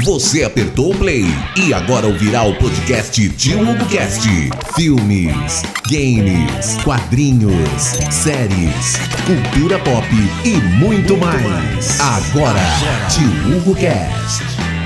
Você apertou o play e agora ouvirá o podcast Tio HugoCast. Filmes, games, quadrinhos, séries, cultura pop e muito mais. Agora, Tio HugoCast.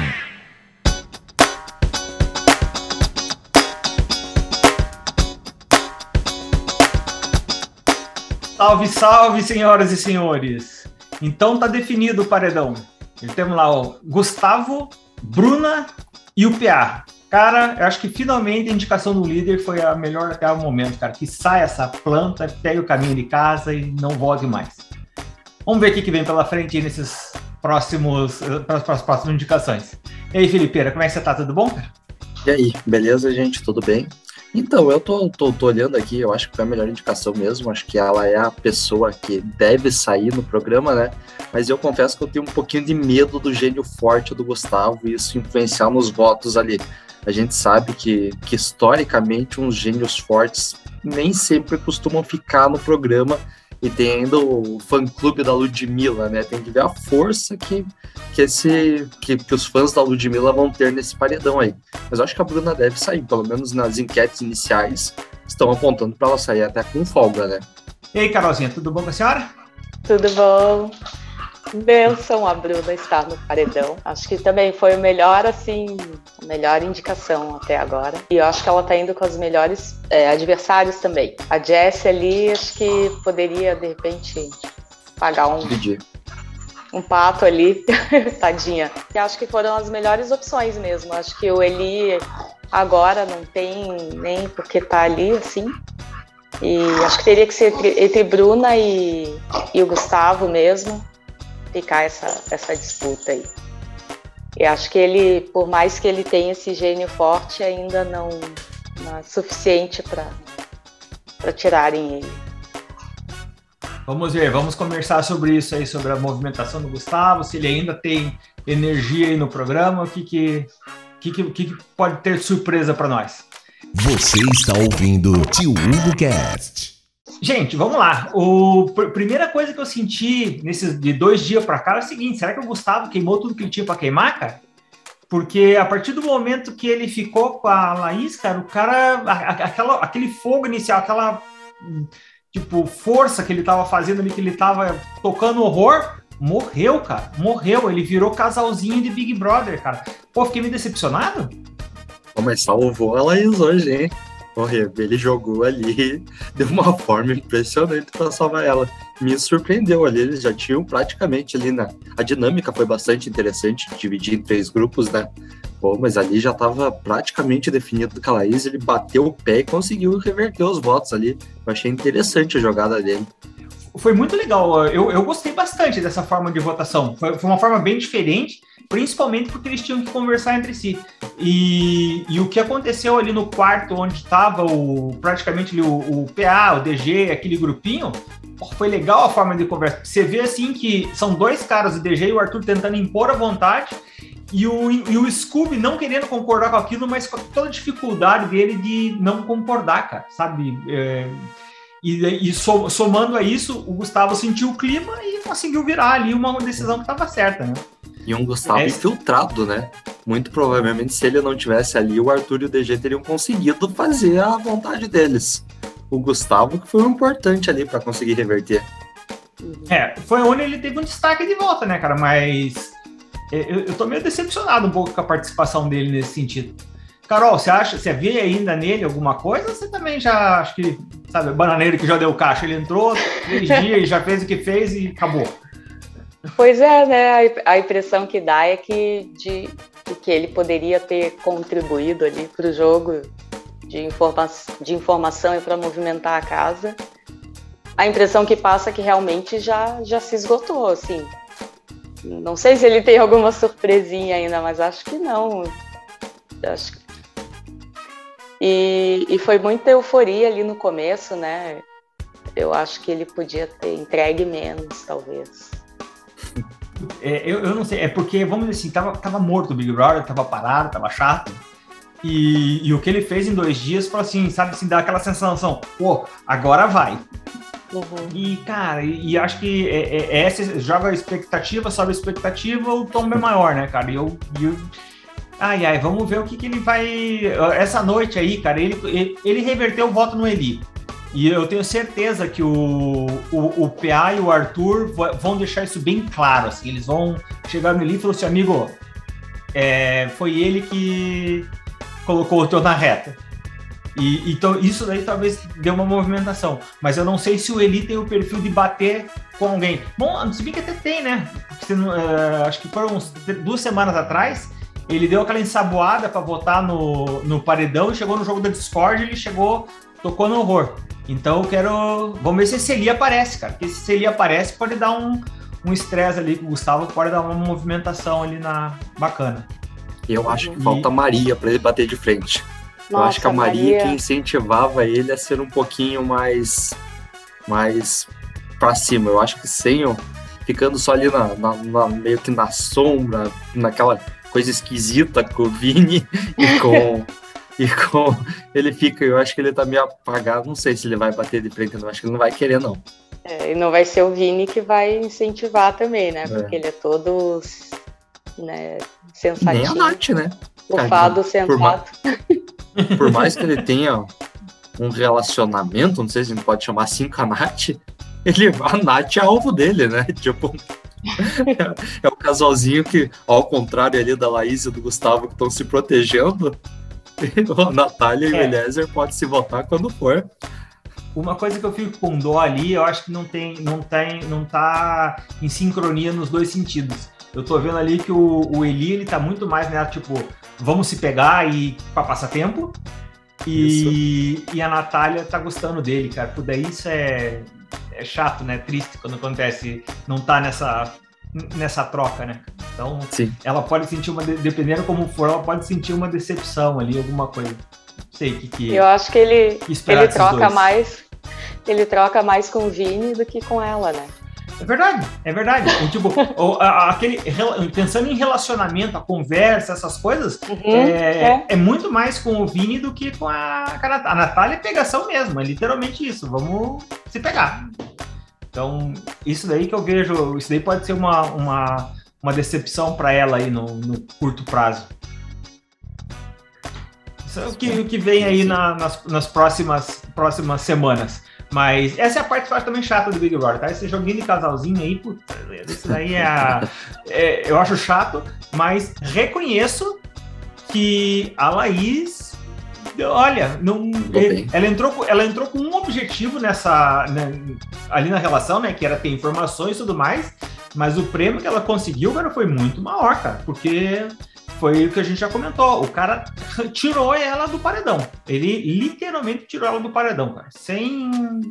Salve, salve, senhoras e senhores. Então tá definido o paredão. Temos lá o Gustavo, Bruna e o PA. Cara, eu acho que finalmente a indicação do líder foi a melhor até o momento, cara. Que saia essa planta, pegue o caminho de casa e não volte mais. Vamos ver o que vem pela frente aí nesses próximas indicações. E aí, Felipeira, como é que você tá? Tudo bom, cara? E aí, beleza, gente? Tudo bem? Então, eu tô olhando aqui, eu acho que foi a melhor indicação mesmo, acho que ela é a pessoa que deve sair no programa, né? Mas eu confesso que eu tenho um pouquinho de medo do gênio forte do Gustavo e isso influenciar nos votos ali. A gente sabe que historicamente uns gênios fortes nem sempre costumam ficar no programa e tem ainda o fã-clube da Ludmilla, né? Tem que ver a força que os fãs da Ludmilla vão ter nesse paredão aí. Mas eu acho que a Bruna deve sair, pelo menos nas enquetes iniciais, estão apontando para ela sair até com folga, né? E aí, Carolzinha, tudo bom com a senhora? Tudo bom. Benção a Bruna estar no paredão. Acho que também foi a melhor indicação até agora. E eu acho que ela tá indo com os melhores adversários também. A Jessie ali, acho que poderia, de repente, pagar um pato ali, tadinha. E acho que foram as melhores opções mesmo. Acho que o Eli agora não tem nem porque tá ali, assim. E acho que teria que ser entre Bruna e o Gustavo mesmo, ficar essa disputa aí. E acho que ele, por mais que ele tenha esse gênio forte, ainda não é suficiente para tirarem ele. Vamos ver, vamos conversar sobre isso aí, sobre a movimentação do Gustavo, se ele ainda tem energia aí no programa, o que pode ter de surpresa para nós. Você está ouvindo Tio HugoCast. Gente, vamos lá. Primeira coisa que eu senti de 2 dias para cá é o seguinte: será que o Gustavo queimou tudo que ele tinha para queimar, cara? Porque a partir do momento que ele ficou com a Laís, cara, o cara, aquele fogo inicial, aquela força que ele tava fazendo ali, que ele tava tocando horror, morreu, cara. Morreu. Ele virou casalzinho de Big Brother, cara. Pô, fiquei meio decepcionado. Mas salvou a Laís hoje, hein? Ele jogou ali de uma forma impressionante para salvar ela. Me surpreendeu ali, eles já tinham praticamente ali a dinâmica foi bastante interessante, dividir em 3 grupos, né? Pô, mas ali já estava praticamente definido que a Laís, ele bateu o pé e conseguiu reverter os votos ali. Eu achei interessante a jogada dele. Foi muito legal, eu gostei bastante dessa forma de votação, foi uma forma bem diferente, principalmente porque eles tinham que conversar entre si, e o que aconteceu ali no quarto, onde estava praticamente ali o PA, o DG, aquele grupinho, foi legal a forma de conversa, você vê assim que são 2 caras, o DG e o Arthur tentando impor a vontade, e o Scooby não querendo concordar com aquilo, mas com toda a dificuldade dele de não concordar, cara, sabe? E somando a isso, o Gustavo sentiu o clima e conseguiu virar ali uma decisão que estava certa, né? E um Gustavo infiltrado, né? Muito provavelmente, se ele não tivesse ali, o Arthur e o DG teriam conseguido fazer a vontade deles. O Gustavo que foi o importante ali para conseguir reverter. Foi onde ele teve um destaque de volta, né, cara? Mas eu tô meio decepcionado um pouco com a participação dele nesse sentido. Carol, você vê ainda nele alguma coisa? Ou você também já, acho que, sabe, o bananeiro que já deu caixa, ele entrou 3 dias e já fez o que fez e acabou. Pois é, né? A impressão que dá é que ele poderia ter contribuído ali para o jogo de informação e para movimentar a casa. A impressão que passa é que realmente já se esgotou, assim. Não sei se ele tem alguma surpresinha ainda, mas acho que não. E foi muita euforia ali no começo, né? Eu acho que ele podia ter entregue menos, talvez. Eu não sei, é porque, vamos dizer assim, tava morto o Big Brother, tava parado, tava chato. E o que ele fez em 2 dias foi assim, sabe, assim, dá aquela sensação, pô, agora vai. Uhum. E, cara, acho que essa joga a expectativa, sobe a expectativa, o tom é maior, né, cara? Vamos ver o que ele vai... Essa noite aí, cara, ele reverteu o voto no Eli. E eu tenho certeza que o PA e o Arthur vão deixar isso bem claro, assim. Eles vão chegar no Eli e falar assim, amigo, foi ele que colocou o teu na reta. Então isso daí talvez dê uma movimentação. Mas eu não sei se o Eli tem o perfil de bater com alguém. Bom, se bem que até tem, né? Acho que foram 2 semanas atrás, ele deu aquela ensaboada para votar no paredão e chegou no jogo da Discord, ele tocou no horror. Então vamos ver se esse Eli aparece, cara. Porque se ele aparece, pode dar um estresse ali com o Gustavo, pode dar uma movimentação ali bacana. Eu acho que falta a Maria para ele bater de frente. Nossa, eu acho que a Maria que incentivava ele a ser um pouquinho mais pra cima. Eu acho que ficando só ali meio que na sombra, naquela coisa esquisita com o Vini e com ele fica, eu acho que ele tá meio apagado, não sei se ele vai bater de frente, eu acho que ele não vai querer, não. E não vai ser o Vini que vai incentivar também, né? Porque ele é todo, né, sensatinho. Nem a Nath, né? O fado sentado. Por mais que ele tenha um relacionamento, não sei se a gente pode chamar assim com a Nath, a Nath é alvo dele, né? Tipo, é o casalzinho que, ao contrário ali da Laís e do Gustavo, que estão se protegendo, a Natália e o Eliezer podem se votar quando for. Uma coisa que eu fico com dó ali, eu acho que não tá em sincronia nos dois sentidos. Eu tô vendo ali que o Eli, ele tá muito mais, né, tipo, vamos se pegar e pra passar tempo. E a Natália tá gostando dele, cara. Por daí isso é chato, né? Triste quando acontece, não tá nessa troca, né? Então, sim, ela pode sentir dependendo como for, ela pode sentir uma decepção ali, alguma coisa. Não sei o que eu acho que ele troca mais com o Vini do que com ela, né? É verdade. Tipo, pensando em relacionamento, a conversa, essas coisas, é muito mais com o Vini do que com a Natália. A Natália é pegação mesmo, é literalmente isso. Vamos se pegar. Então, isso daí que eu vejo, isso daí pode ser uma decepção para ela aí no curto prazo. Isso é o que vem aí nas próximas semanas. Mas essa é a parte que eu acho também chata do Big Brother, tá? Esse joguinho de casalzinho aí, puta, isso daí eu acho chato, mas reconheço que a Laís, olha, ela entrou com um objetivo ali na relação, né? Que era ter informações e tudo mais, mas o prêmio que ela conseguiu, cara, foi muito maior, cara, porque foi o que a gente já comentou, o cara tirou ela do paredão. Ele literalmente tirou ela do paredão, cara. Sem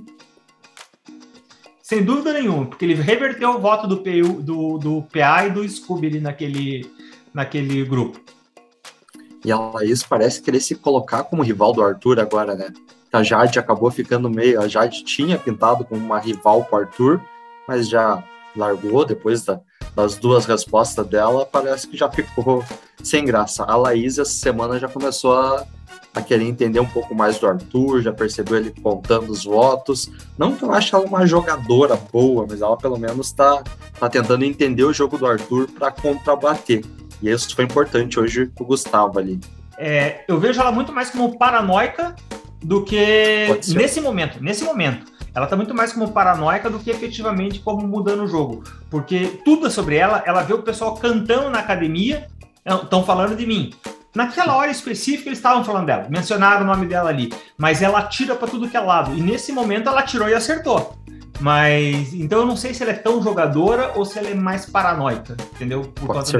dúvida nenhuma, porque ele reverteu o voto do PA e do Scooby ali naquele grupo. E a Laís parece querer se colocar como rival do Arthur agora, né? A Jade acabou ficando meio... A Jade tinha pintado como uma rival pro Arthur, mas já largou depois das 2 respostas dela, parece que já ficou sem graça. A Laís, essa semana, já começou a querer entender um pouco mais do Arthur, já percebeu ele contando os votos. Não que eu ache ela uma jogadora boa, mas ela pelo menos tá tentando entender o jogo do Arthur para contrabater. E isso foi importante hoje pro Gustavo ali. Eu vejo ela muito mais como paranoica do que nesse momento. Ela tá muito mais como paranoica do que efetivamente como mudando o jogo. Porque tudo é sobre ela vê o pessoal cantando na academia, estão falando de mim. Naquela hora específica eles estavam falando dela, mencionaram o nome dela ali, mas ela atira para tudo que é lado. E nesse momento ela atirou e acertou. Mas, então eu não sei se ela é tão jogadora ou se ela é mais paranoica, entendeu? Por conta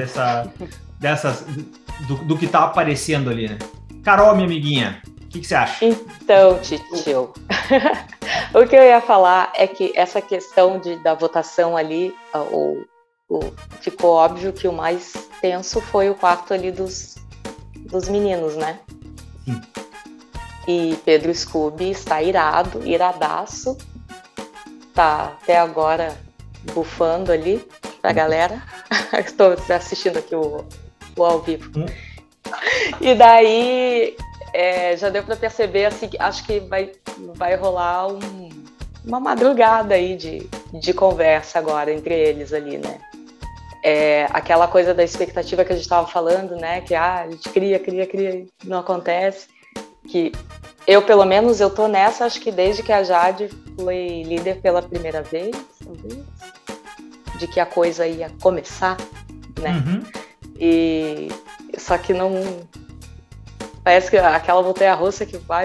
do que tá aparecendo ali, né? Carol, minha amiguinha, o que você acha? Então, titio, o que eu ia falar é que essa questão da votação ali, ficou óbvio que o mais tenso foi o quarto ali dos meninos, né? Sim. E Pedro Scooby está iradaço, tá até agora bufando ali pra galera. Estou assistindo aqui o ao vivo. E daí já deu para perceber, assim, acho que vai rolar uma madrugada aí de conversa agora entre eles ali, né? aquela coisa da expectativa que a gente estava falando, né? Que a gente cria, não acontece. Que eu, pelo menos, eu tô nessa, acho que desde que a Jade foi líder pela primeira vez, talvez, de que a coisa ia começar, né? E só que não... Parece que aquela montanha-russa que vai,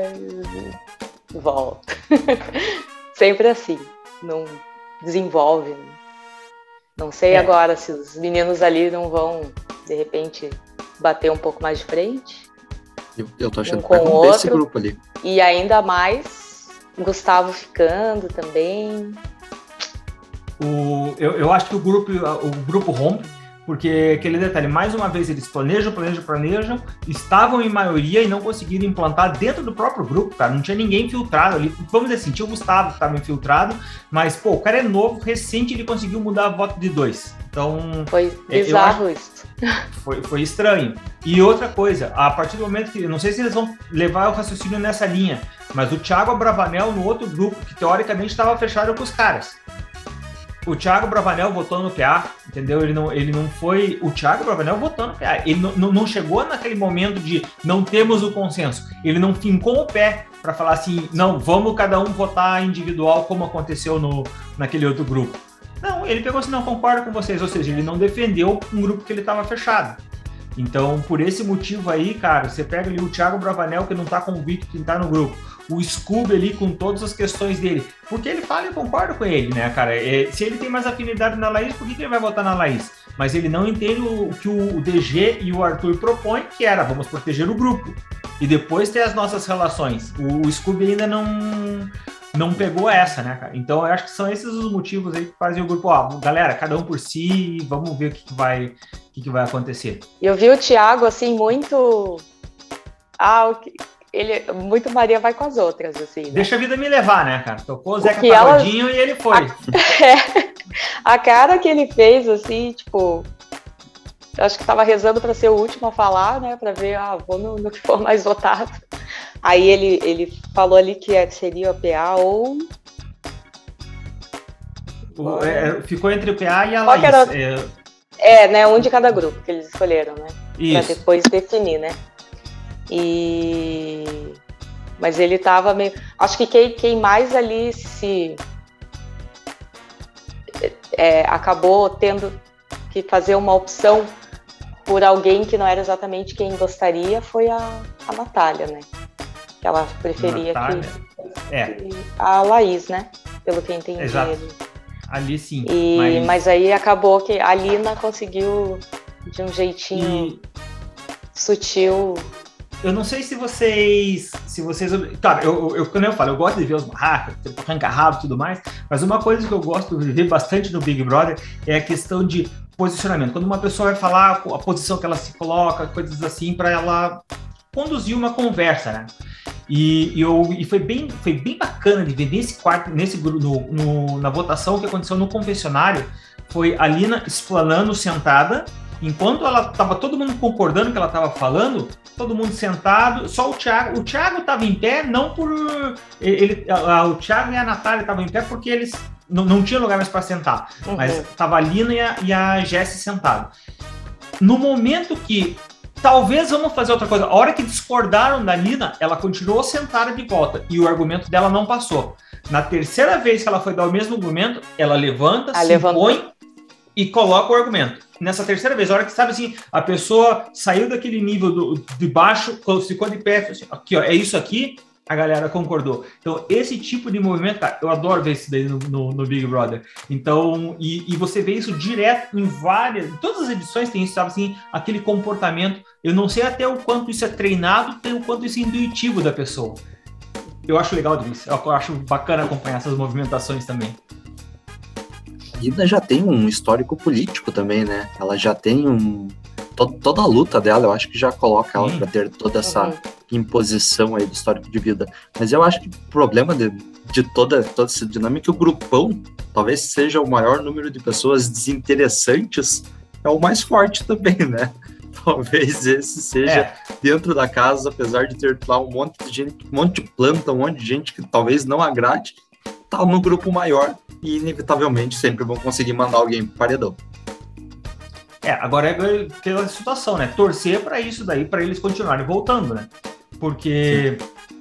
volta. Sempre assim, não desenvolve, né? Não sei agora se os meninos ali não vão, de repente, bater um pouco mais de frente. Eu tô achando que vai romper esse grupo ali. E ainda mais Gustavo ficando também. Eu acho que o grupo rompe, porque aquele detalhe, mais uma vez, eles planejam, estavam em maioria e não conseguiram implantar dentro do próprio grupo, cara. Não tinha ninguém infiltrado ali. Vamos dizer assim, tinha o Gustavo que estava infiltrado, mas, pô, o cara é novo, recente, ele conseguiu mudar a voto de 2. Então... Foi bizarro isso. Foi estranho. E outra coisa, a partir do momento que... Não sei se eles vão levar o raciocínio nessa linha, mas o Thiago Abravanel no outro grupo, que teoricamente estava fechado com os caras. O Thiago Bravanel votou no PA, entendeu? Ele não foi... O Thiago Bravanel votou no PA. Ele não chegou naquele momento de não temos o consenso. Ele não fincou o pé para falar assim, não, vamos cada um votar individual como aconteceu naquele outro grupo. Não, ele pegou assim, não, concordo com vocês. Ou seja, ele não defendeu um grupo que ele estava fechado. Então, por esse motivo aí, cara, você pega ali o Thiago Bravanel, que não tá convicto que tá no grupo, o Scooby ali com todas as questões dele, porque ele fala e eu concordo com ele, né, cara? Se ele tem mais afinidade na Laís, por que ele vai votar na Laís? Mas ele não entende o que o DG e o Arthur propõem, que era, vamos proteger o grupo, e depois ter as nossas relações. O Scooby ainda não pegou essa, né, cara? Então, eu acho que são esses os motivos aí que fazem o grupo, galera, cada um por si, vamos ver o que vai acontecer. Eu vi o Thiago, assim, muito... ele muito Maria vai com as outras, assim. Né? Deixa a vida me levar, né, cara? Tocou o Zeca Pagodinho e ele foi. A cara que ele fez, assim, tipo... Acho que tava rezando para ser o último a falar, né? Para ver, vou no que for mais votado. Aí ele falou ali que seria o PA ou... Ficou entre o PA e a Laís. Né? Um de cada grupo que eles escolheram, né? Para depois definir, né? Mas ele tava meio... Acho que quem mais ali acabou tendo que fazer uma opção por alguém que não era exatamente quem gostaria foi a Natália, né? Que ela preferia a Laís, né? Pelo que eu entendi. Exato. Ali sim. Mas aí acabou que a Lina conseguiu de um jeitinho sutil. Eu não sei se vocês... Claro, como eu falo, eu gosto de ver os barracos, arranca-rabo e tudo mais, mas uma coisa que eu gosto de ver bastante no Big Brother é a questão de posicionamento. Quando uma pessoa vai falar a posição que ela se coloca, coisas assim, para ela conduzir uma conversa, né? E foi bem bacana de ver nesse grupo, na votação que aconteceu no confessionário, foi a Lina explanando sentada, enquanto ela estava todo mundo concordando que ela estava falando, todo mundo sentado, só o Thiago estava em pé, não por... o Thiago e a Natália estavam em pé porque eles não tinham lugar mais para sentar, mas estava a Lina e a Jessi sentado. No momento que talvez vamos fazer outra coisa, a hora que discordaram da Lina, ela continuou sentada de volta e o argumento dela não passou. Na terceira vez que ela foi dar o mesmo argumento, ela levanta, põe e coloca o argumento. Nessa terceira vez, a hora que, sabe assim, a pessoa saiu daquele nível de baixo, ficou de pé, assim, aqui, ó, é isso aqui, a galera concordou. Então, esse tipo de movimento, cara, eu adoro ver isso daí no Big Brother. Então, e você vê isso direto em todas as edições tem isso, sabe assim, aquele comportamento. Eu não sei até o quanto isso é treinado, tem o quanto isso é intuitivo da pessoa. Eu acho legal disso, eu acho bacana acompanhar essas movimentações também. A Lina já tem um histórico político também, né? Ela já tem toda a luta dela, eu acho que já coloca ela para ter toda essa imposição aí do histórico de vida. Mas eu acho que o problema de toda essa dinâmica, o grupão, talvez seja o maior número de pessoas desinteressantes, é o mais forte também, né? Talvez esse seja dentro da casa, apesar de ter lá um monte de gente, um monte de planta, um monte de gente que talvez não agrade, tá no grupo maior e inevitavelmente sempre vão conseguir mandar alguém pro paredão. Agora é aquela situação, né? Torcer para isso daí, para eles continuarem voltando, né? Porque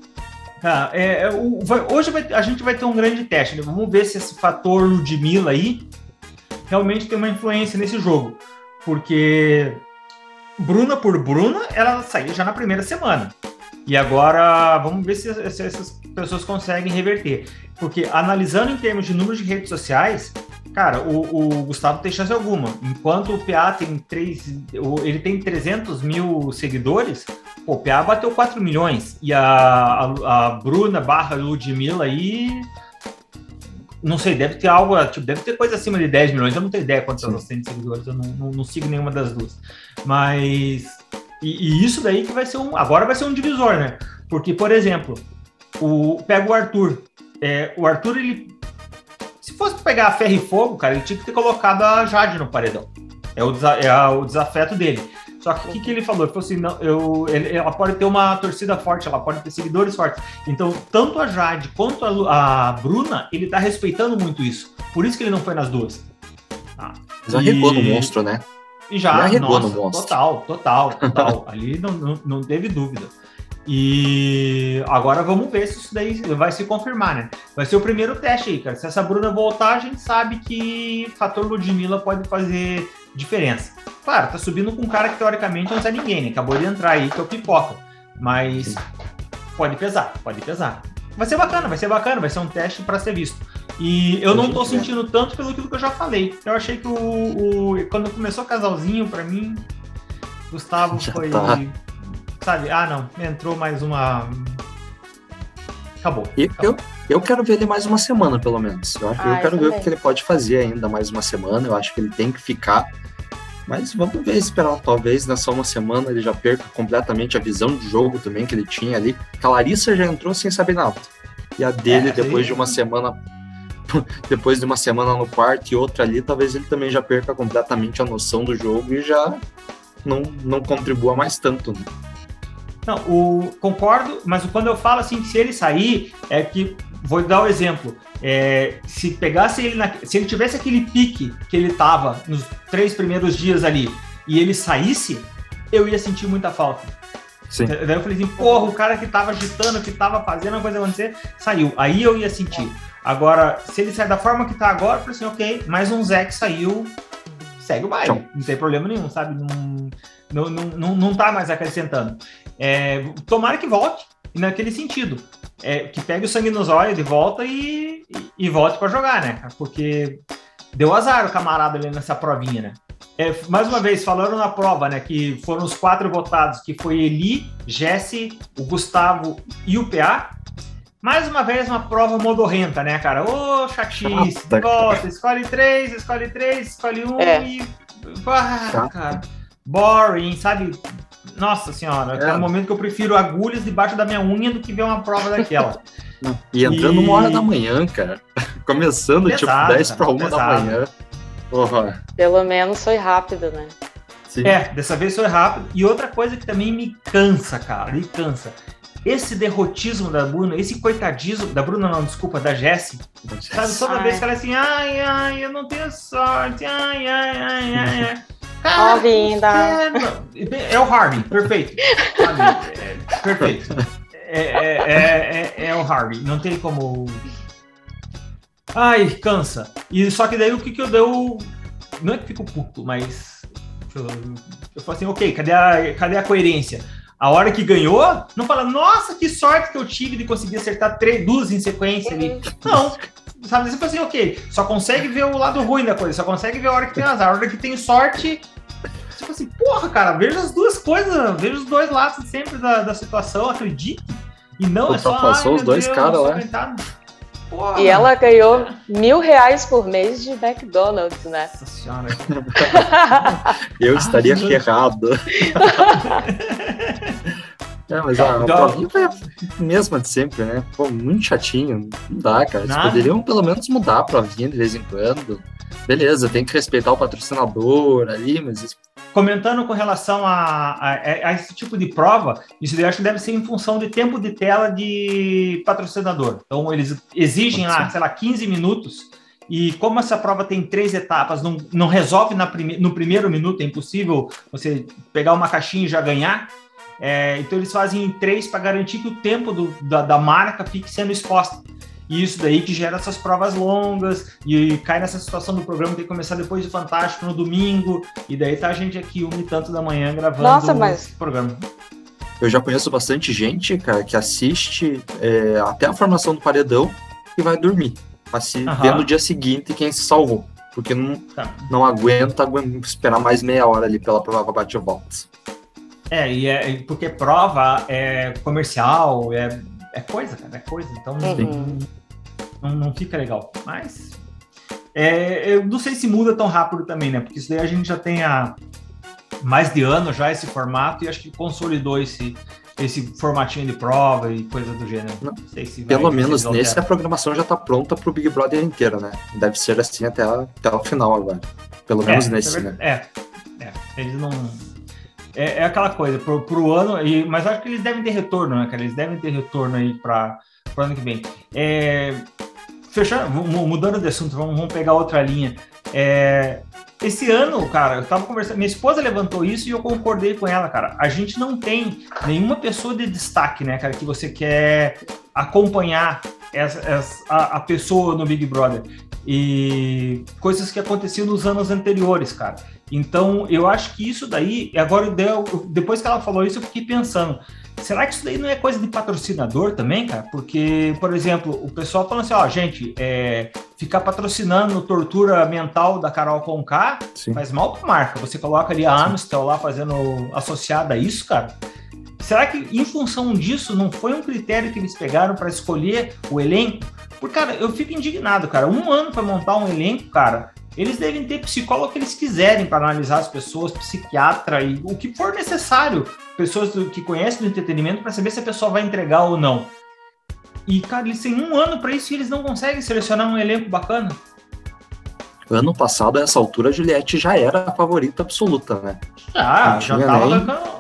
hoje a gente vai ter um grande teste, né? Vamos ver se esse fator Ludmilla aí realmente tem uma influência nesse jogo. Porque Bruna por Bruna, ela saiu já na primeira semana. E agora, vamos ver se essas pessoas conseguem reverter. Porque, analisando em termos de número de redes sociais, cara, o Gustavo tem chance alguma. Enquanto o PA tem ele tem 300 mil seguidores, o PA bateu 4 milhões. E a Bruna / Ludmilla aí, não sei, deve ter algo, deve ter coisa acima de 10 milhões. Eu não tenho ideia quantos elas têm de seguidores, eu não sigo nenhuma das duas. Mas... E isso daí que vai ser agora vai ser um divisor, né? Porque, por exemplo, pega o Arthur. O Arthur, ele... Se fosse pegar a ferro e fogo, cara, ele tinha que ter colocado a Jade no paredão. É o desafeto dele. Só que o que ele falou? Ele falou assim, não, ela pode ter uma torcida forte, ela pode ter seguidores fortes. Então, tanto a Jade quanto a Bruna, ele tá respeitando muito isso. Por isso que ele não foi nas duas. Mas arregou no monstro, né? E já, nossa, total. Ali não teve dúvida. E agora vamos ver se isso daí vai se confirmar, né? Vai ser o primeiro teste aí, cara. Se essa Bruna voltar, a gente sabe que o fator Ludmilla pode fazer diferença. Claro, tá subindo com um cara que teoricamente não é ninguém, né? Acabou de entrar aí, que é o Pipoca. Mas pode pesar. Vai ser bacana, vai ser um teste para ser visto. E eu não tô sentindo tanto pelo que eu já falei. Eu achei que quando começou o casalzinho, pra mim, Gustavo já foi... Tá. Sabe? Não, entrou mais uma... Acabou. Eu quero ver ele mais uma semana, pelo menos. Eu quero ver o que ele pode fazer ainda mais uma semana. Eu acho que ele tem que ficar... Mas vamos ver, esperar. Talvez nessa uma semana ele já perca completamente a visão de jogo também que ele tinha ali. A Larissa já entrou sem saber nada. E a dele, depois de uma semana no quarto e outra ali, talvez ele também já perca completamente a noção do jogo e já não contribua mais tanto, né? Não, concordo, mas quando eu falo assim, que se ele sair, é que, vou dar o exemplo, se pegasse ele, se ele tivesse aquele pique que ele tava nos 3 primeiros dias ali, e ele saísse, eu ia sentir muita falta. Sim. Daí eu falei assim, porra, o cara que tava agitando, que tava fazendo a coisa acontecer, saiu. Aí eu ia sentir. Agora, se ele sair da forma que tá agora, eu falei assim, ok, mais um Zé que saiu, segue o baile. Não tem problema nenhum, sabe? Não tá mais acrescentando. Tomara que volte naquele sentido. Que pegue o sangue nos olhos de volta e volte pra jogar, né? Porque deu azar o camarada ali nessa provinha, né? Mais uma vez, falando na prova, né, que foram os 4 votados, que foi Eli, Jesse, o Gustavo e o PA. Mais uma vez, uma prova modorrenta, né, cara? Chatice, de volta, escolhe 3, escolhe 1 e... cara, boring, sabe? Nossa senhora, é um momento que eu prefiro agulhas debaixo da minha unha do que ver uma prova daquela. E entrando 1h da manhã, cara. Começando, pesado, 10 para 1 da manhã. Porra. Pelo menos foi rápido, né? Sim. Dessa vez foi rápido. E outra coisa que também me cansa, cara, esse derrotismo da Bruna, esse coitadismo da Bruna, não, desculpa, da Jessie. Sabe, toda vez que ela é assim, eu não tenho sorte, Cara, é o Harvey, perfeito. Perfeito. É o Harvey, não tem como... cansa. E só que daí o que eu deu... Não é que fico puto, mas... Eu falo assim, ok, cadê a coerência? A hora que ganhou, não fala, nossa, que sorte que eu tive de conseguir acertar 2 em sequência ali. Não, sabe, você fala assim, ok, só consegue ver o lado ruim da coisa, só consegue ver a hora que tem azar, a hora que tem sorte. Você fala assim, porra, cara, veja as duas coisas, veja os 2 lados sempre da situação, acredite. E não é só... Passou os 2 caras lá. Porra, e ela ganhou R$1.000 por mês de McDonald's, né? Nossa senhora. Eu estaria ferrado. Mas a provinha foi a mesma de sempre, né? Pô, muito chatinho. Não dá, cara. Eles poderiam pelo menos mudar a provinha de vez em quando. Beleza, tem que respeitar o patrocinador ali, mas... Comentando com relação a esse tipo de prova, isso eu acho que deve ser em função de tempo de tela de patrocinador. Então, eles exigem lá, sei lá, 15 minutos, e como essa prova tem 3 etapas, não resolve no primeiro minuto, é impossível você pegar uma caixinha e já ganhar. Então eles fazem em 3 para garantir que o tempo da marca fique sendo exposta. E isso daí que gera essas provas longas, e cai nessa situação do programa, tem que começar depois do Fantástico no domingo, e daí tá a gente aqui 1h da manhã gravando o programa. Eu já conheço bastante gente, cara, que assiste até a formação do paredão e vai dormir, vendo no dia seguinte quem se salvou, porque não aguenta esperar mais meia hora ali pela prova bate-volta. Porque prova é comercial, é coisa, cara, é coisa, então não fica legal. Mas eu não sei se muda tão rápido também, né? Porque isso daí a gente já tem há mais de ano já esse formato, e acho que consolidou esse formatinho de prova e coisa do gênero. Não sei se pelo menos nesse a programação já tá pronta pro Big Brother inteiro, né? Deve ser assim até o final agora. Pelo menos nesse, né? Eles não... É aquela coisa, pro ano, mas acho que eles devem ter retorno, né, cara? Eles devem ter retorno aí para o ano que vem. Fechando, mudando de assunto, vamos pegar outra linha. Esse ano, cara, eu tava conversando, minha esposa levantou isso e eu concordei com ela, cara. A gente não tem nenhuma pessoa de destaque, né, cara, que você quer acompanhar a pessoa no Big Brother. E coisas que aconteciam nos anos anteriores, cara. Então, eu acho que isso daí, agora depois que ela falou isso, eu fiquei pensando, será que isso daí não é coisa de patrocinador também, cara? Porque, por exemplo, o pessoal falando assim, gente, ficar patrocinando tortura mental da Carol Conká faz mal pra marca. Você coloca ali a Amstel lá associada a isso, cara. Será que, em função disso, não foi um critério que eles pegaram para escolher o elenco? Porque, cara, eu fico indignado, cara. 1 ano para montar um elenco, cara, eles devem ter psicólogo que eles quiserem para analisar as pessoas, psiquiatra e o que for necessário. Pessoas que conhecem do entretenimento para saber se a pessoa vai entregar ou não. E, cara, eles têm 1 ano para isso e eles não conseguem selecionar um elenco bacana. Ano passado, a essa altura, a Juliette já era a favorita absoluta, né? Já tava...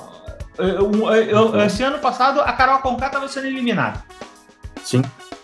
Esse ano passado, a Carol Conká estava sendo eliminada. Sim.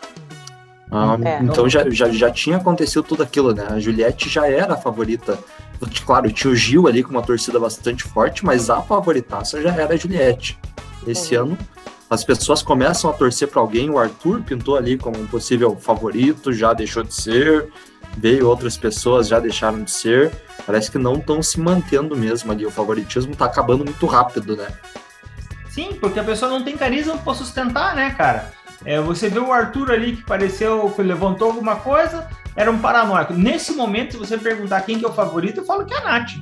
Então já tinha acontecido tudo aquilo, né? A Juliette já era a favorita. Claro, tinha o Gil ali com uma torcida bastante forte, mas a favoritaça já era a Juliette. Esse ano, as pessoas começam a torcer para alguém. O Arthur pintou ali como um possível favorito, já deixou de ser. Veio outras pessoas, já deixaram de ser. Parece que não estão se mantendo mesmo ali. O favoritismo tá acabando muito rápido, né? Sim, porque a pessoa não tem carisma para sustentar, né, cara? Você vê o Arthur ali que pareceu que levantou alguma coisa, era um paranoico. Nesse momento, se você perguntar quem que é o favorito, eu falo que é a Nath.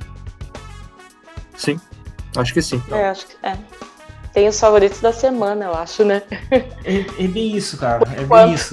Sim, acho que sim. Acho que tem os favoritos da semana, eu acho, né? É bem isso, cara. É bem isso.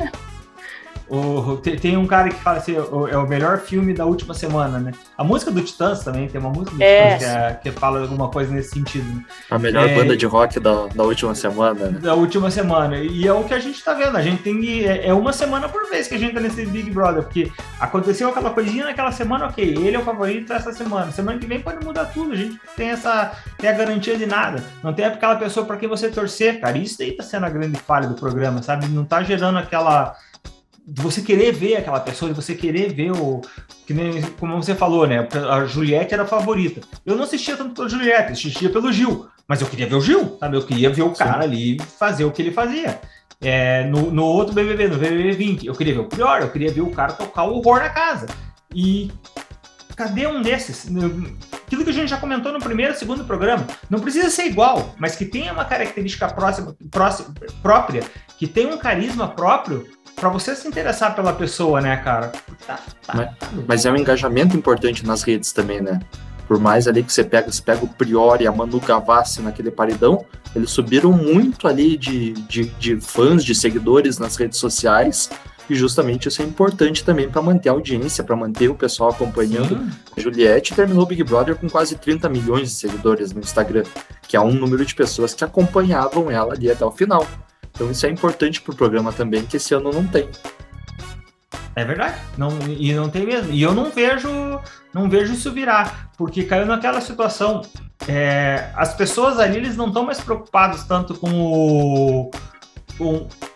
Tem um cara que fala assim, é o melhor filme da última semana, né? A música do Titãs também, tem uma música do Titãs que fala alguma coisa nesse sentido. Né? A melhor banda de rock da última semana. Né? Da última semana. E é o que a gente tá vendo. A gente tem uma semana por vez que a gente tá nesse Big Brother, porque aconteceu aquela coisinha naquela semana, ok, ele é o favorito dessa semana. Semana que vem pode mudar tudo. A gente tem a garantia de nada. Não tem aquela pessoa pra quem você torcer, cara. Isso daí tá sendo a grande falha do programa, sabe? Não tá gerando aquela... de você querer ver aquela pessoa, de você querer ver que nem, como você falou, né? A Juliette era a favorita. Eu não assistia tanto pela Juliette, assistia pelo Gil. Mas eu queria ver o Gil, sabe? Eu queria ver o cara ali fazer o que ele fazia. No outro BBB, no BBB 20, eu queria ver o Prior, eu queria ver o cara tocar o horror na casa. E cadê um desses? Aquilo que a gente já comentou no primeiro e segundo programa, não precisa ser igual, mas que tenha uma característica própria, que tenha um carisma próprio, pra você se interessar pela pessoa, né, cara? Mas é um engajamento importante nas redes também, né? Por mais ali que você pega o Prior e a Manu Gavassi naquele paredão, eles subiram muito ali de fãs, de seguidores nas redes sociais, e justamente isso é importante também para manter a audiência, para manter o pessoal acompanhando. Sim. A Juliette terminou o Big Brother com quase 30 milhões de seguidores no Instagram, que é um número de pessoas que acompanhavam ela ali até o final. Então isso é importante pro programa também, que esse ano não tem. É verdade, não tem mesmo. E eu não vejo isso virar, porque caiu naquela situação. As pessoas ali, eles não estão mais preocupados tanto com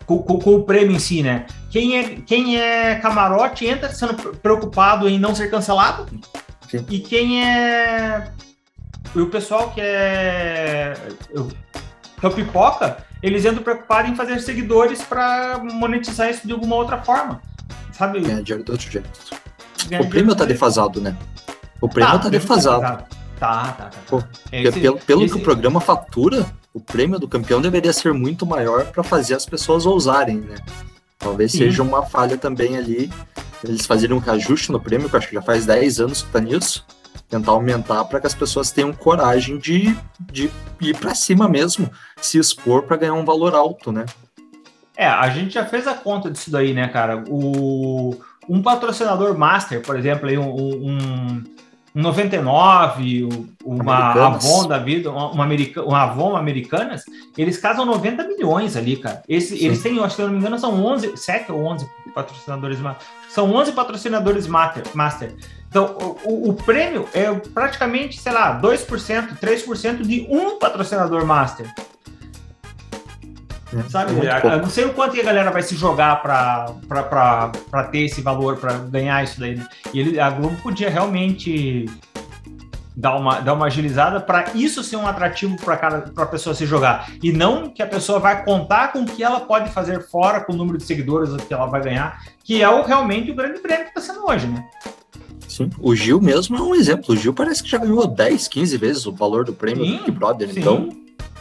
com o prêmio em si, né? Quem é camarote entra sendo preocupado em não ser cancelado. Sim. E quem é... E o pessoal que é o pipoca, eles entram preocupados em fazer seguidores para monetizar isso de alguma outra forma. Sabe? Ganhar dinheiro de outro jeito. O prêmio tá defasado, né? O prêmio tá defasado. Tá. Pô, pelo que o programa fatura, o prêmio do campeão deveria ser muito maior para fazer as pessoas ousarem, né? Talvez seja uma falha também ali, eles fazerem um reajuste no prêmio, que eu acho que já faz 10 anos que tá nisso, tentar aumentar para que as pessoas tenham coragem de ir para cima mesmo, se expor para ganhar um valor alto, né? A gente já fez a conta disso daí, né, cara? Um patrocinador master, por exemplo, aí um 99, uma Avon da vida, uma Avon Americanas, eles casam 90 milhões ali, cara. Eles têm, acho que se eu não me engano, são 7 ou 11 patrocinadores master. São 11 patrocinadores master. Então, o prêmio é praticamente, sei lá, 2%, 3% de um patrocinador master. Sabe? Eu não sei o quanto que a galera vai se jogar para ter esse valor, para ganhar isso daí, né? E a Globo podia realmente dar uma agilizada para isso ser um atrativo para a pessoa se jogar. E não que a pessoa vai contar com o que ela pode fazer fora com o número de seguidores que ela vai ganhar, que é realmente o grande prêmio que está sendo hoje, né? Sim, o Gil mesmo é um exemplo. O Gil parece que já ganhou 10, 15 vezes o valor do prêmio do Big Brother, então...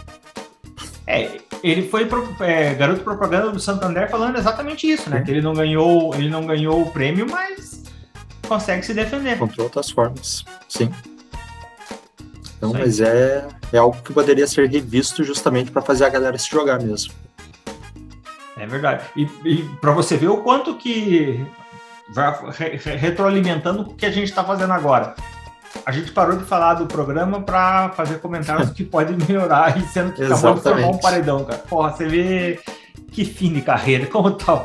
Ele foi garoto propaganda do Santander falando exatamente isso, né? Que ele não ganhou o prêmio, mas consegue se defender. Encontrou outras formas, sim. Então, mas é algo que poderia ser revisto justamente para fazer a galera se jogar mesmo. É verdade. E para você ver o quanto que vai retroalimentando o que a gente está fazendo agora. A gente parou de falar do programa para fazer comentários que podem melhorar, e sendo que acabou de formar um paredão, cara. Porra, você vê que fim de carreira, como tá.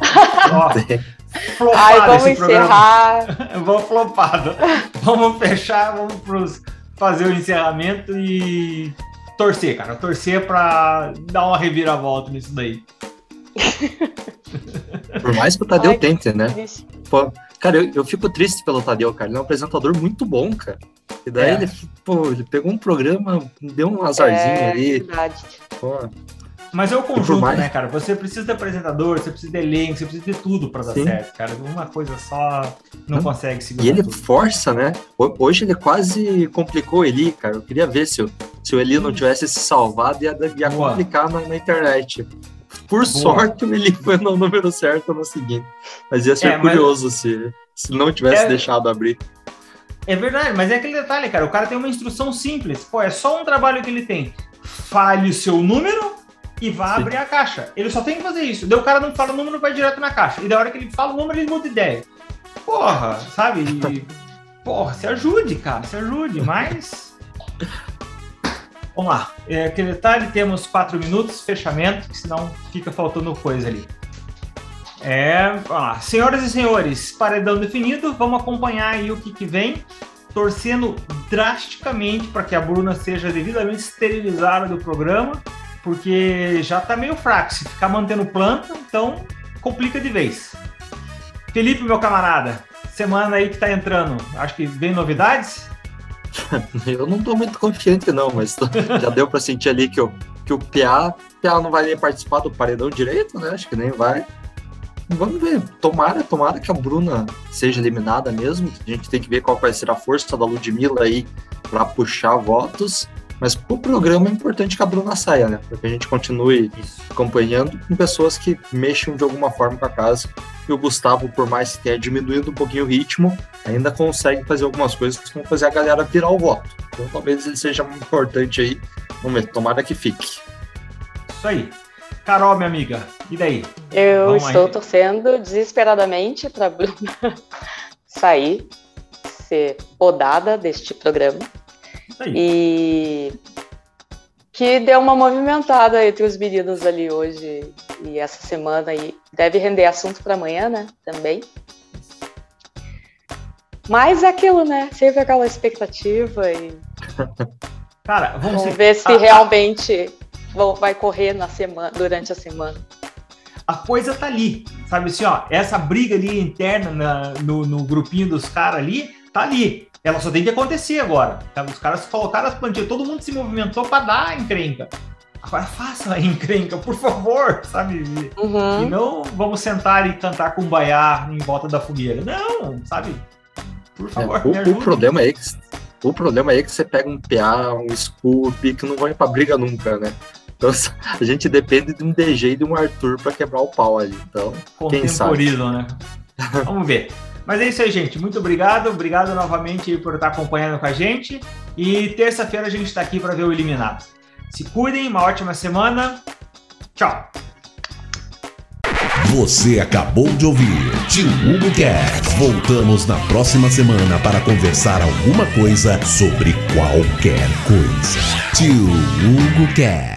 Ai, vamos encerrar. Vamos flopado. Vamos fechar, fazer o encerramento e torcer, cara. Torcer para dar uma reviravolta nisso daí. Por mais que o Tadeu tente, né? Pô, cara, eu fico triste pelo Tadeu, cara. Ele é um apresentador muito bom, cara. E daí ele pegou um programa, deu um azarzinho ali. Verdade. Pô. Mas é o conjunto, né, cara? Você precisa de apresentador, você precisa de elenco, você precisa de tudo pra dar certo, cara. Uma coisa só não consegue segurar. E ele tudo. Força, né? Hoje ele quase complicou o Eli, cara. Eu queria ver se o Eli não tivesse se salvado, ia complicar na internet. Por sorte, o Eli foi no número certo no seguinte. Mas ia ser curioso se não tivesse deixado abrir. É verdade, mas é aquele detalhe, cara. O cara tem uma instrução simples. Pô, é só um trabalho que ele tem. Fale o seu número e vá abrir a caixa. Ele só tem que fazer isso. Daí o cara não fala o número, vai direto na caixa. E da hora que ele fala o número, ele muda de ideia. Porra, sabe? Porra, se ajude, cara. Se ajude, mas... Vamos lá. Aquele detalhe, temos 4 minutos, fechamento, que senão fica faltando coisa ali. Vamos lá. Senhoras e senhores, paredão definido, vamos acompanhar aí o que vem, torcendo drasticamente para que a Bruna seja devidamente esterilizada do programa, porque já tá meio fraco, se ficar mantendo planta, então complica de vez. Felipe, meu camarada, semana aí que tá entrando, acho que vem novidades? Eu não tô muito confiante não, mas já deu para sentir ali que o PA não vai nem participar do paredão direito, né? Acho que nem vai. Vamos ver, tomara que a Bruna seja eliminada mesmo. A gente tem que ver qual vai ser a força da Ludmilla aí para puxar votos. Mas pro programa é importante que a Bruna saia, né? Para que a gente continue acompanhando com pessoas que mexam de alguma forma com a casa. E o Gustavo, por mais que tenha diminuído um pouquinho o ritmo, ainda consegue fazer algumas coisas que vão fazer a galera virar o voto. Então talvez ele seja importante aí. Vamos ver, tomara que fique. Isso aí. Carol, minha amiga, e daí? Eu estou torcendo desesperadamente para a Bruna sair, ser podada deste programa. E que deu uma movimentada entre os meninos ali hoje e essa semana, e deve render assunto para amanhã, né? Também. Mas é aquilo, né? Sempre aquela expectativa e... Cara, vamos ver se realmente vai correr durante a semana. a coisa tá ali, sabe assim, ó, essa briga ali interna no grupinho dos caras ali, tá ali. Ela só tem que acontecer agora, sabe? Os caras colocaram as plantinhas, todo mundo se movimentou para dar a encrenca. Agora faça a encrenca, por favor, sabe? E não vamos sentar e cantar Kumbaya em volta da fogueira. Não, sabe? Por favor, o problema é que você pega um PA, um Scoop, que não vai pra briga nunca, né? Então a gente depende de um DG e de um Arthur pra quebrar o pau ali. Então, quem sabe? Né? Vamos ver. Mas é isso aí, gente. Muito obrigado. Obrigado novamente por estar acompanhando com a gente. E terça-feira a gente está aqui para ver o eliminado. Se cuidem, uma ótima semana. Tchau. Você acabou de ouvir Tio Hugo Cast. Voltamos na próxima semana para conversar alguma coisa sobre qualquer coisa. Tio Hugo Cast.